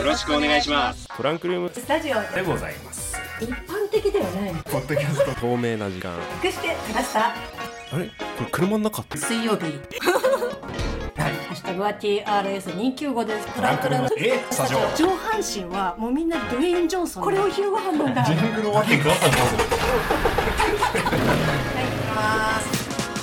ろしくお願いします。 トランクルームスタジオでございます。 一般的ではないポッドキャスト透明な時間。 隠してきました。 あれこれ車の中って水曜日はい、ハッシュタグは TRS295 です。トランクルームスタジオ。 上半身はもうみんなドゥエイン・ジョンソン。これを昼ご飯なんだ。 ジングルわけください。 はい、行きます。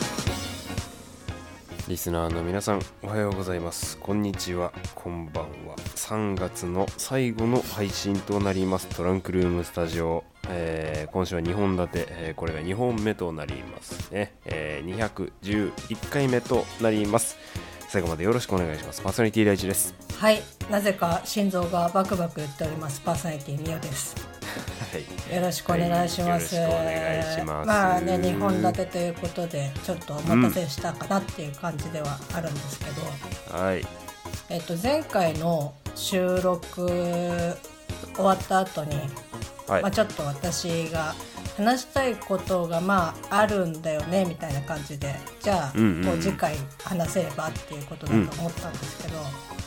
リスナーの皆さんおはようございます、こんにちは、こんばんは。3月の最後の配信となりますトランクルームスタジオ、今週は2本立て、これが2本目となりますね、211回目となります。最後までよろしくお願いします。パーソナリティ第一です。 はい、なぜか心臓がバクバク言っております。パーソナリティみよです。 はい、 よろしくお願いします。 よろしくお願いします。 まあね、2本立てということでちょっとお待たせしたかなっていう感じではあるんですけど、 はい、 前回の収録終わった後に、 はい、 ちょっと私が話したいことがあるんだよねみたいな感じで、じゃあ、もう次回話せればっていうことだと思ったんですけど、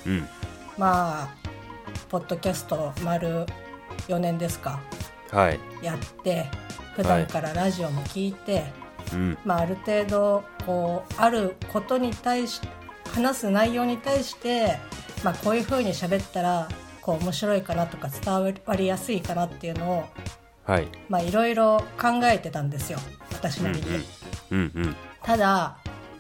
ポッドキャスト丸4年ですか、 はい、 やって普段からラジオも聞いて、ある程度こうあることに対して話す内容に対して、こういう風に喋ったらこう面白いかなとか伝わりやすいかなっていうのをいろいろ考えてたんですよ、私なりに。ただ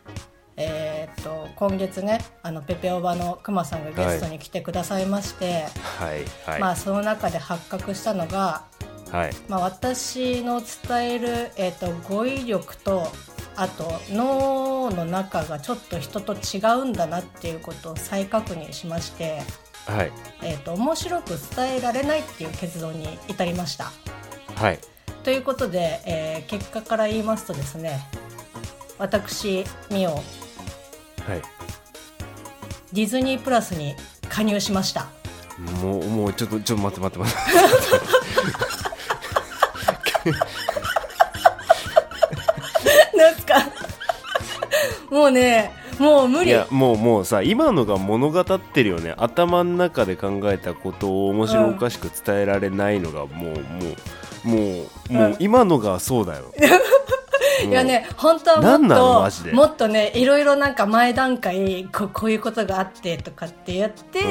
今月ね、ペペオバのくまさんがゲストに来てくださいまして、その中で発覚したのが、私の伝える、語彙力とあと脳の中がちょっと人と違うんだなっていうことを再確認しまして、面白く伝えられないっていう結論に至りました。ということで、結果から言いますとですね、私ミオ、ディズニープラスに加入しました。 もうちょっと待ってなんすかもうね、もう無理。 いやもうさ、今のが物語ってるよね。頭の中で考えたことを面白おかしく伝えられないのがもう今のがそうだよ。 いやね、本当はもっとね、いろいろなんか前段階こういうことがあってとかってやって、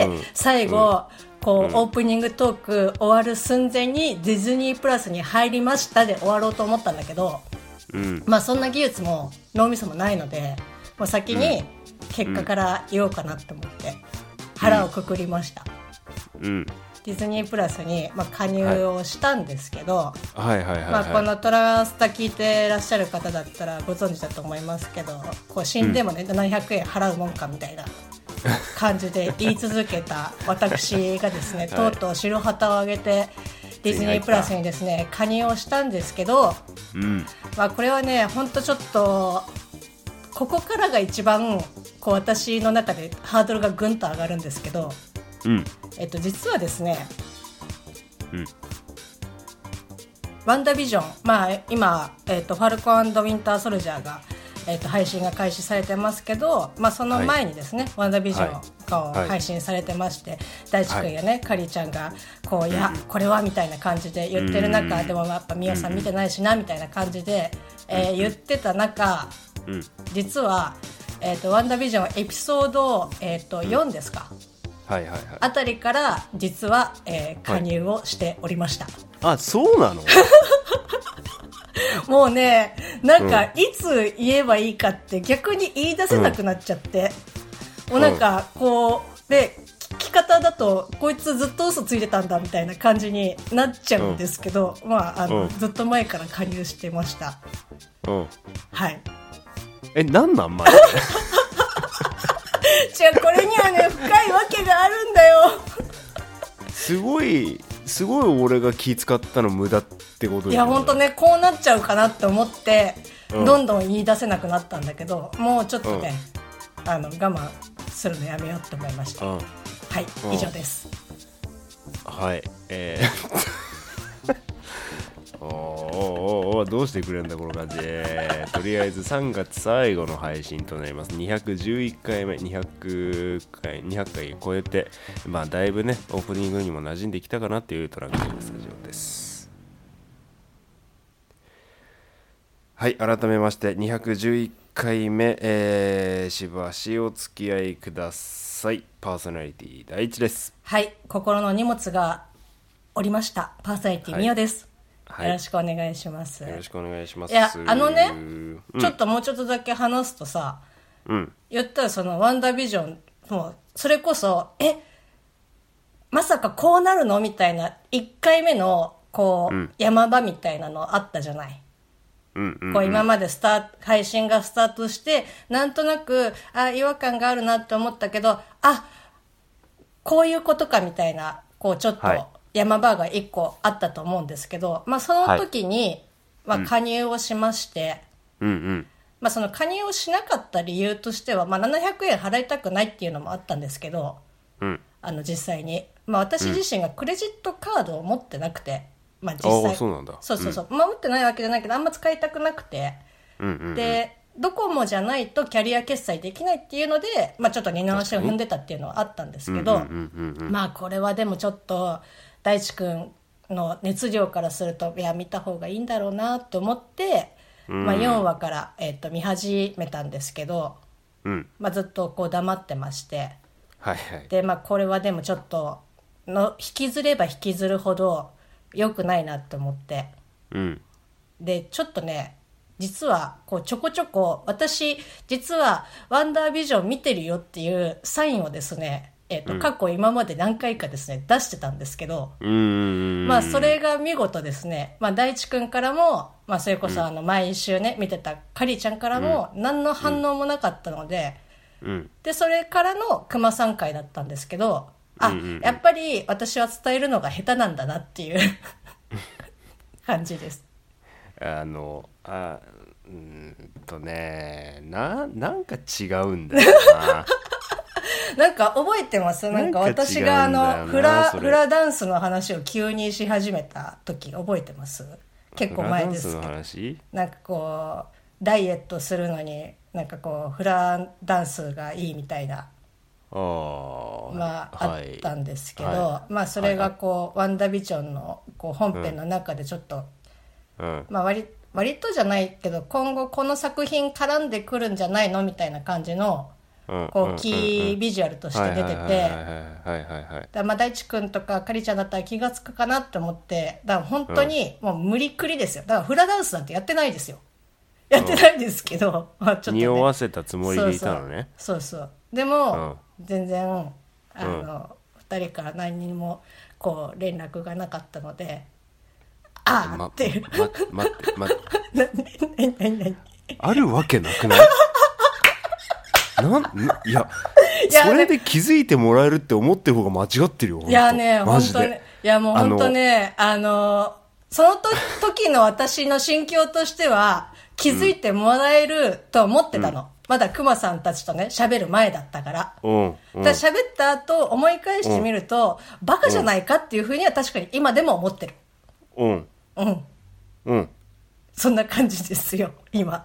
最後こうオープニングトーク終わる寸前にディズニープラスに入りましたで終わろうと思ったんだけど、そんな技術も脳みそもないので、もう先に結果から言おうかなと思って腹をくくりました。ディズニープラスに加入をしたんですけど、このトラスタ聞いてらっしゃる方だったらご存知だと思いますけど、こう死んでもね、700円払うもんかみたいな感じで言い続けた私がですね、とうとう白旗を上げてディズニープラスにですね加入をしたんですけど、これはね、ほんとちょっとここからが一番こう私の中でハードルがぐんと上がるんですけど、実はですね、ワンダービジョン、今、ファルコン&ウィンターソルジャーが、配信が開始されてますけど、その前にですね、ワンダービジョンが配信されてまして、大地君やね、カリーちゃんがこう、いやこれはみたいな感じで言ってる中、でもやっぱミオさん見てないしなみたいな感じで、言ってた中、実は、ワンダービジョンエピソード、4ですか、あたりから実は、加入をしておりました。 あ、そうなの？ もうね、なんかいつ言えばいいかって逆に言い出せなくなっちゃって、もうなんかこうで聞き方だとこいつずっと嘘ついてたんだみたいな感じになっちゃうんですけど、ずっと前から加入してました。はい。 なんなん前？ 違う、これにはね深いわけがあるんだよ。 すごい俺が気使ったの無駄ってこと。 いや本当ね、こうなっちゃうかなって思って、どんどん言い出せなくなったんだけど、もうちょっとね、我慢するのやめようって思いました。はい、以上です。 はい、おはどうしてくれるんだこの感じ。とりあえず3月最後の配信となります。211回目、200回超えて、まあだいぶねオープニングにも馴染んできたかなっていうトランクルームスタジオです。はい、改めまして211回目、しばしお付き合いください。パーソナリティ第一です。 はい、心の荷物がおりました。パーソナリティみおです、はい、よろしくお願いします。 よろしくお願いします。 いやね、ちょっともうちょっとだけ話すとさ、言ったらそのワンダービジョンもうそれこそまさかこうなるのみたいな1回目のこう、山場みたいなのあったじゃない。こう今まで配信がスタートしてなんとなく違和感があるなって思ったけど、こういうことかみたいなこうちょっと山場が1個あったと思うんですけど、まあその時に、加入をしまして、まあその加入をしなかった理由としては、まあ700円払いたくないっていうのもあったんですけど、実際に、まあ私自身がクレジットカードを持ってなくて、まあ実際そうなんだ。 そう、まあ持ってないわけじゃないけどあんま使いたくなくて、でドコモじゃないとキャリア決済できないっていうので、まあちょっと二の足を踏んでたっていうのはあったんですけど、まあこれはでもちょっと大地君の熱量からするといや見た方がいいんだろうなと思って、まあ4話から、見始めたんですけど、まあずっとこう黙ってまして、でまあこれはでもちょっと引きずれば引きずるほど良くないなと思って、でちょっとね実はこうちょこちょこ私実はワンダービジョン見てるよっていうサインをですね、過去今まで何回かですね出してたんですけど、まあそれが見事ですね、まあ大地くんからも、まあそれこそ毎週ね見てたかりちゃんからも何の反応もなかったので、でそれからの熊さん会だったんですけど、やっぱり私は伝えるのが下手なんだなっていう感じです。 なんか違うんだよななんか覚えてます？なんか私がフラダンスの話を急にし始めた時覚えてます？結構前ですけど、なんかこうダイエットするのになんかこうフラダンスがいいみたいなあったんですけど、まあそれがこうワンダービジョンのこう本編の中でちょっと、まあ割とじゃないけど今後この作品絡んでくるんじゃないのみたいな感じのこうキービジュアルとして出てて、まあ大地くんとかかりちゃんだったら気がつくかなって思って、だから本当にもう無理くりですよ。だからフラダンスなんてやってないですよ。やってないんですけど、まあちょっとね、 匂わせたつもりでいたのね。 そうでも、全然2人から何にもこう連絡がなかったので、っていう待って何あるわけなくない？いやそれで気づいてもらえるって思ってる方が間違ってるよ。 いやね、本当に、いやもう本当ね、その時の私の心境としては気づいてもらえると思ってたの。まだクマさんたちとね喋る前だったから。だから喋った後思い返してみると、バカじゃないかっていうふうには確かに今でも思ってる。そんな感じですよ今。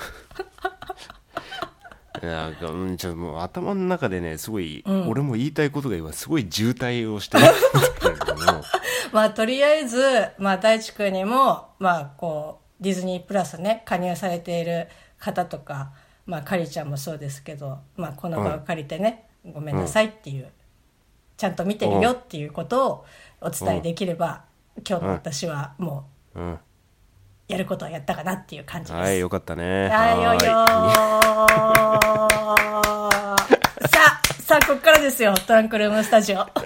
なんかちょっともう頭の中でねすごい、俺も言いたいことが今すごい渋滞をしてるんだけどもまあとりあえず、まあ大地君にもまあこうディズニープラスね加入されている方とか、まあかりちゃんもそうですけど、まあこの場を借りてね、ごめんなさいっていう、ちゃんと見てるよっていうことをお伝えできれば、今日の私はもう、やることはやったかなっていう感じです。 はい、よかったね。 さあここからですよ、トランクルームスタジオ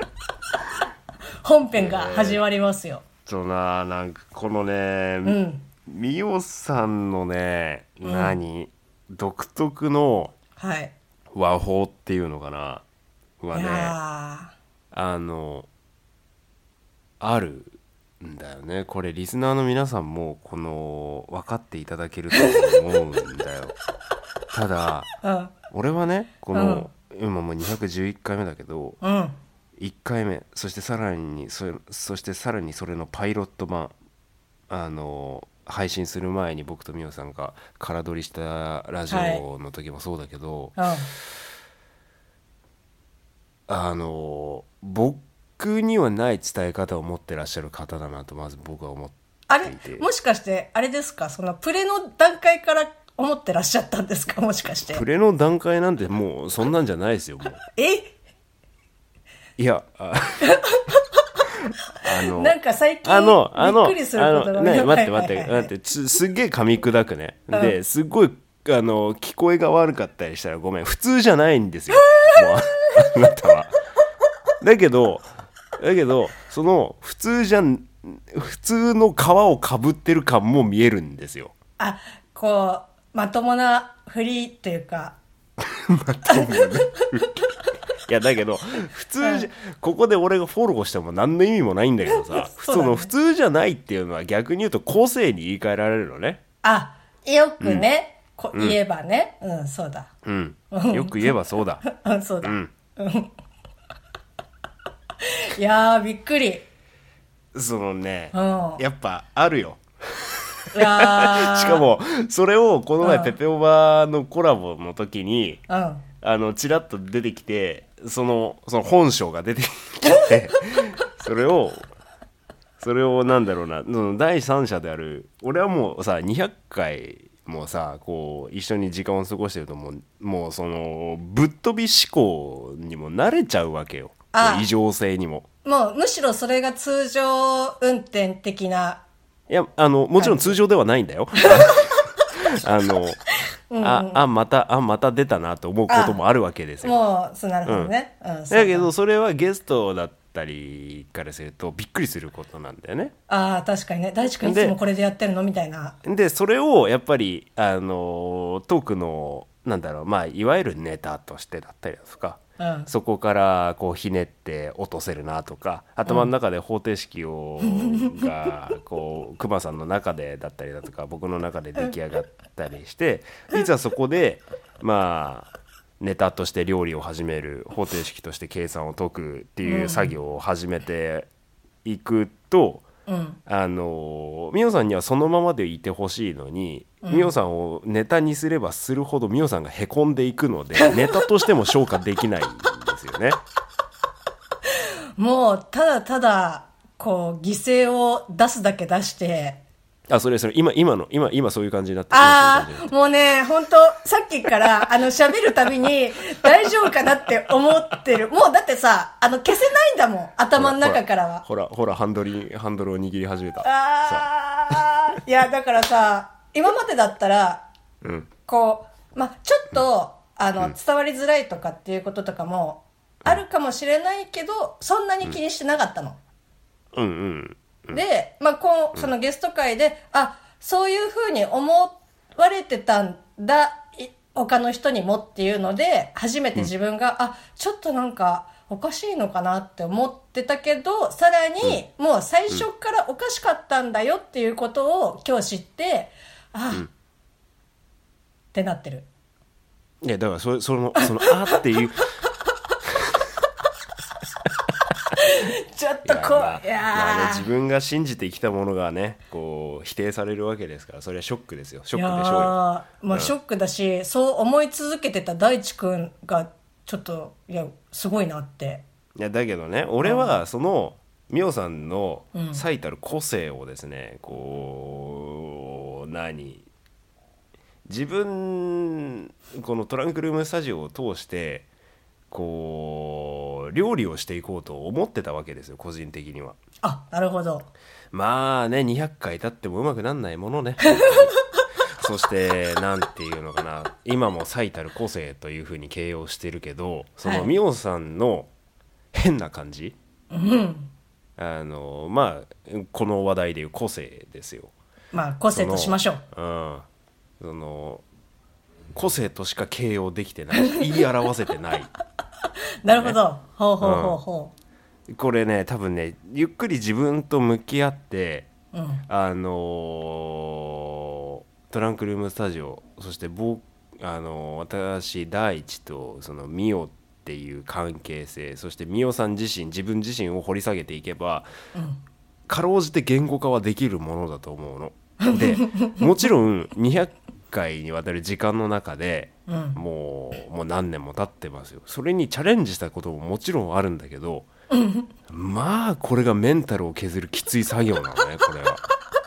本編が始まりますよ。 なんかこのね、みおさんのね、独特の和法っていうのかなはね、あるんだよね。これリスナーの皆さんもこの分かっていただけると思うんだよただ、俺はねこの、今もう211回目だけど、1回目そしてさらにそれのパイロット版配信する前に僕とみおさんが空撮りしたラジオの時もそうだけど、僕にはない伝え方を持ってらっしゃる方だなとまず僕は思っていて、 あれもしかしてあれですか、そのプレの段階から思ってらっしゃったんですか、もしかして。 プレの段階なんてもうそんなんじゃないですよもういやなんか最近びっくりすることがね、待ってすっげえ噛み砕くね、ですっごい聞こえが悪かったりしたらごめん、普通じゃないんですよもうあなたはだけどその普通の皮をかぶってる感も見えるんですよ。 こうまともな振りというかまともな振りいやだけど普通ここで俺がフォローしても何の意味もないんだけどさその普通じゃないっていうのは逆に言うと個性に言い換えられるのね。 よくね、言えばね、そうだ、 よく言えばそうだそうだ、いやーびっくり。 そのね、やっぱあるよいやしかもそれをこの前ペペオバのコラボの時に、チラッと出てきてその本性が出てきてそれをなんだろうな、第三者である俺はもうさ200回もさこう一緒に時間を過ごしてるともうそのぶっ飛び思考にも慣れちゃうわけよ、異常性にも。 もうむしろそれが通常運転的な。 いやもちろん通常ではないんだよまた出たなと思うこともあるわけですよ。 もうなるほどね、 だけどそれはゲストだったりからするとびっくりすることなんだよね。 確かにね、大地君いつもこれでやってるのみたいな。 でそれをやっぱりトークのなんだろう、いわゆるネタとしてだったりだとか、そこからこうひねって落とせるなとか、頭の中で方程式がこうクマさんの中でだったりだとか僕の中で出来上がったりして、いざそこでネタとして料理を始める、方程式として計算を解くっていう作業を始めていくと、ミオさんにはそのままでいてほしいのに、ミオさんをネタにすればするほどミオさんがへこんでいくのでネタとしても消化できないんですよね。 もうただただこう犠牲を出すだけ出して、 それ今そういう感じになってる。もうね、本当さっきから喋るたびに大丈夫かなって思ってる。もうだってさ消せないんだもん、頭の中からは。 ほらハンドルを握り始めた。 いやだからさ、今までだったら、こうちょっと伝わりづらいとかっていうこととかもあるかもしれないけど、そんなに気にしてなかったの。で、そのゲスト会で、そういう風に思われてたんだ、他の人にもっていうので、初めて自分が、ちょっとなんかおかしいのかなって思ってたけど、さらに、もう最初からおかしかったんだよっていうことを今日知って、ってなってる。 いや、だからそのっていう、 ちょっと自分が信じてきたものがねこう否定されるわけですから、それはショックですよ。ショックでしょうよ。 ショックだし、そう思い続けてた大地君がちょっとすごいなって。 いやだけどね、俺はそのミオさんの最たる個性をですね、こう自分このトランクルームスタジオを通してこう料理をしていこうと思ってたわけですよ、個人的には。 なるほど。 200回経ってもうまくなんないものねそしてなんていうのかな、今も最たる個性というふうに形容してるけど、そのミオさんの変な感じ、この話題でいう個性ですよ。 個性としましょう。 その個性としか形容できてない、言い表せてないなるほど、ほう。 これね、多分ね、ゆっくり自分と向き合って、トランクルームスタジオ、そして私大地とそのミオっていう関係性、そしてミオさん自分自身を掘り下げていけば、かろうじて言語化はできるものだと思うの。 でもちろん200回にわたる時間の中で、もう何年も経ってますよ。それにチャレンジしたことももちろんあるんだけど、まあこれがメンタルを削るきつい作業なのね、これは。そう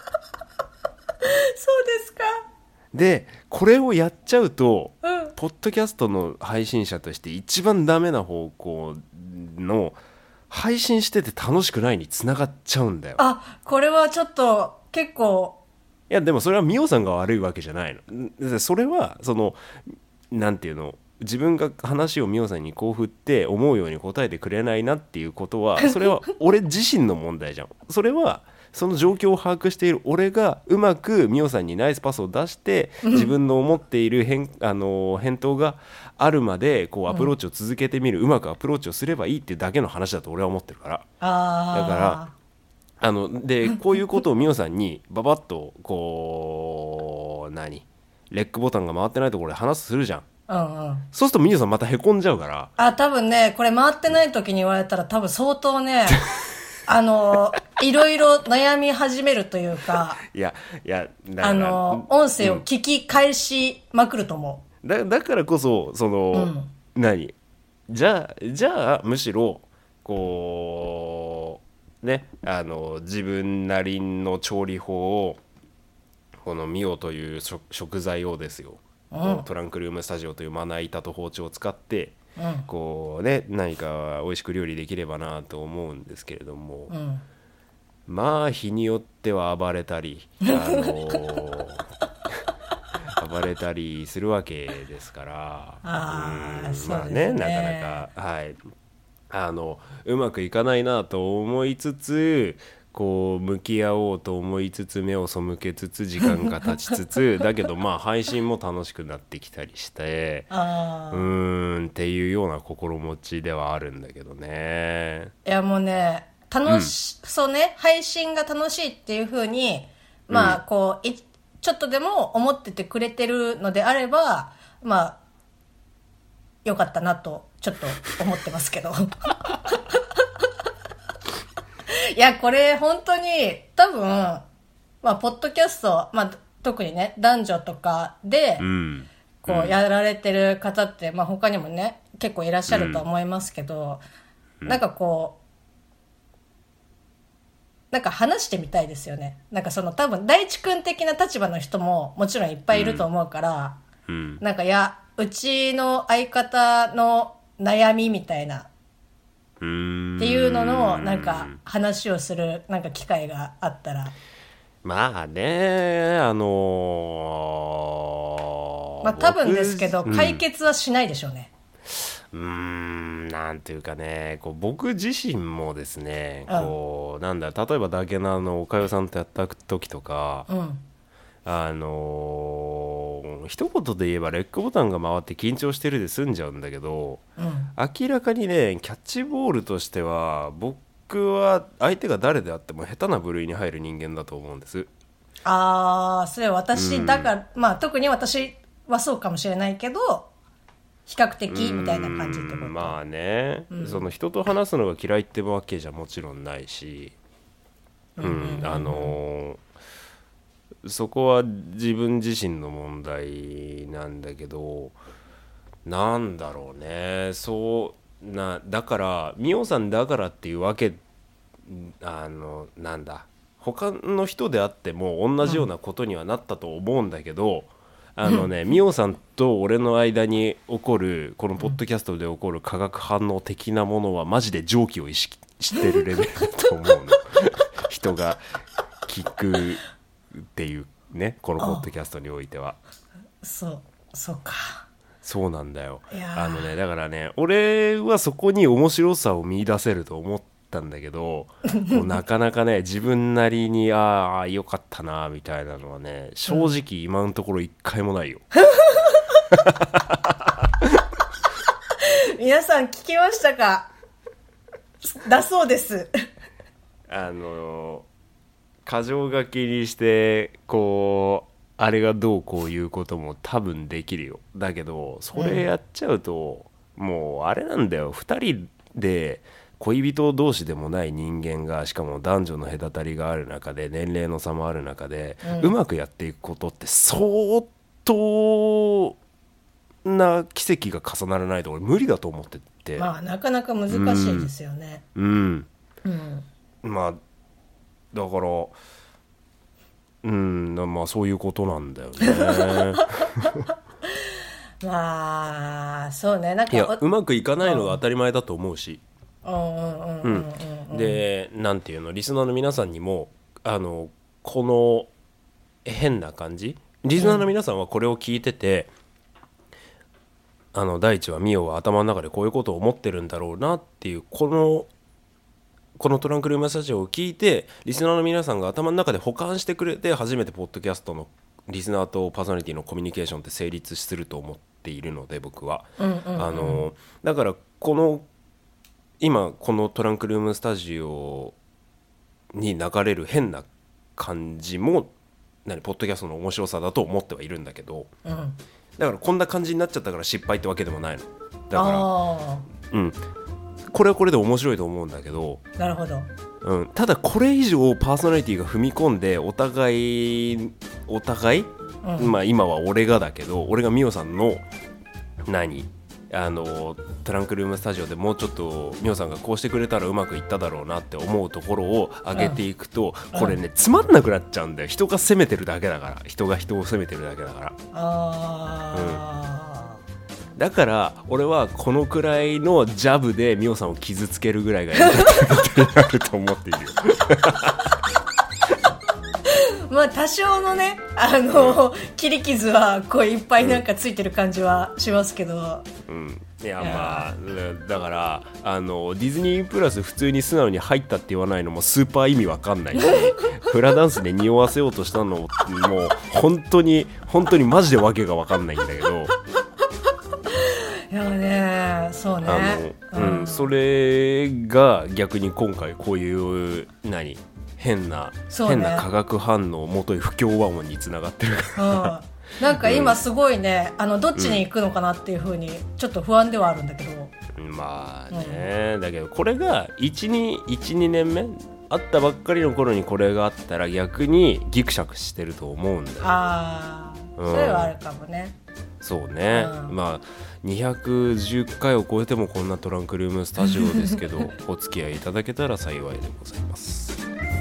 ですか。 でこれをやっちゃうと、ポッドキャストの配信者として一番ダメな方向の配信してて楽しくないに繋がっちゃうんだよ。 あ、これはちょっと結構。 いやでもそれはミオさんが悪いわけじゃないの。それはそのなんていうの、自分が話をミオさんにこう振って思うように答えてくれないなっていうことは、それは俺自身の問題じゃん。それはその状況を把握している俺がうまくミオさんにナイスパスを出して自分の思っている返答があるまでこうアプローチを続けてみる、うまくアプローチをすればいいっていうだけの話だと俺は思ってるから。だからでこういうことをミオさんにババッとこうレックボタンが回ってないところで話するじゃん。そうするとミオさんまたへこんじゃうから。 多分ねこれ回ってない時に言われたら多分相当ねいろいろ悩み始めるというか、 いやだから音声を聞き返しまくると思う。 だからこそその、じゃあむしろこうね自分なりの調理法をこのミオという食材をですよ、トランクルームスタジオというまな板と包丁を使って、こうね何か美味しく料理できればなと思うんですけれども、まあ日によっては暴れたり暴れたりするわけですから、まあねなかなかうまくいかないなと思いつつ、こう向き合おうと思いつつ目を背けつつ時間が経ちつつだけどまあ配信も楽しくなってきたりしてっていうような心持ちではあるんだけどね。 いやもうねそうね、配信が楽しいっていう風にまあこうちょっとでも思っててくれてるのであればまあよかったなとちょっと思ってますけどいやこれ本当に多分まあポッドキャスト、まあ特にね男女とかでこうやられてる方って、まあ他にもね結構いらっしゃると思いますけど、なんかこうなんか話してみたいですよね。なんかその多分大地君的な立場の人ももちろんいっぱいいると思うから、なんかうちの相方の悩みみたいなっていうののなんか話をするなんか機会があったら、 まあねまあ多分ですけど解決はしないでしょうね。 なんていうかね、こう僕自身もですね、こうなんだ例えばだけなおかよさんとやった時とか、一言で言えばレックボタンが回って緊張してるで済んじゃうんだけど、明らかにねキャッチボールとしては僕は相手が誰であっても下手な部類に入る人間だと思うんです。 それ私だから、まあ特に私はそうかもしれないけど比較的みたいな感じってこと。 まあね、その人と話すのが嫌いってわけじゃもちろんないし、そこは自分自身の問題なんだけど、なんだろうね、だからミオさんだからっていうわけなんだ他の人であっても同じようなことにはなったと思うんだけど、ミオさんと俺の間に起こるこのポッドキャストで起こる化学反応的なものはマジで常軌を意識してるレベルだと思うの人が聞くっていうね、このポッドキャストにおいてはそうか、 そうなんだよ。だからね俺はそこに面白さを見出せると思ったんだけどもうなかなかね自分なりによかったなみたいなのはね正直今のところ一回もないよ、 皆さん聞きましたか？だそうです箇条書きにしてこうあれがどうこういうことも多分できるよ。だけどそれやっちゃうと、もうあれなんだよ、2人で恋人同士でもない人間が、しかも男女の隔たりがある中で、年齢の差もある中で、うまくやっていくことって相当な奇跡が重ならないと俺無理だと思ってて、 まあなかなか難しいですよね。 まあだからまあそういうことなんだよね。 まあそうね、なんかいやうまくいかないのが当たり前だと思うし、でなんていうの、リスナーの皆さんにもこの変な感じ、リスナーの皆さんはこれを聞いてて、大地はミオは頭の中でこういうことを思ってるんだろうなっていう、このトランクルームスタジオを聞いてリスナーの皆さんが頭の中で保管してくれて、初めてポッドキャストのリスナーとパーソナリティのコミュニケーションって成立すると思っているので、僕はだから今このトランクルームスタジオに流れる変な感じもポッドキャストの面白さだと思ってはいるんだけど、だからこんな感じになっちゃったから失敗ってわけでもないのだから、これはこれで面白いと思うんだけど、 なるほど、 ただこれ以上パーソナリティが踏み込んでお互い、まあ今は俺がだけど、俺がミオさんのトランクルームスタジオでもうちょっとミオさんがこうしてくれたらうまくいっただろうなって思うところを上げていくと、これねつまんなくなっちゃうんだよ。人が責めてるだけだから、人が人を責めてるだけだから。だから俺はこのくらいのジャブでミオさんを傷つけるぐらいがやりたいなると思っているよ。 まあ多少のね切り傷はこういっぱいなんかついてる感じはしますけど、 いやまあだからディズニープラス普通に素直に入ったって言わないのもスーパー意味わかんないし、フラダンスで匂わせようとしたのも本当にマジでわけがわかんないんだけど。 いやね、そうね、 それが逆に今回こういう変な化学反応をもとに不協和音につながってるから、 なんか今すごいね、どっちに行くのかなっていう風にちょっと不安ではあるんだけど、 まあね、だけどこれが 1,2 年目あったばっかりの頃にこれがあったら逆にギクシャクしてると思うんだよ。それはあるかもね。 そうね、まあ210回を超えてもこんなトランクルームスタジオですけどお付き合いいただけたら幸いでございます。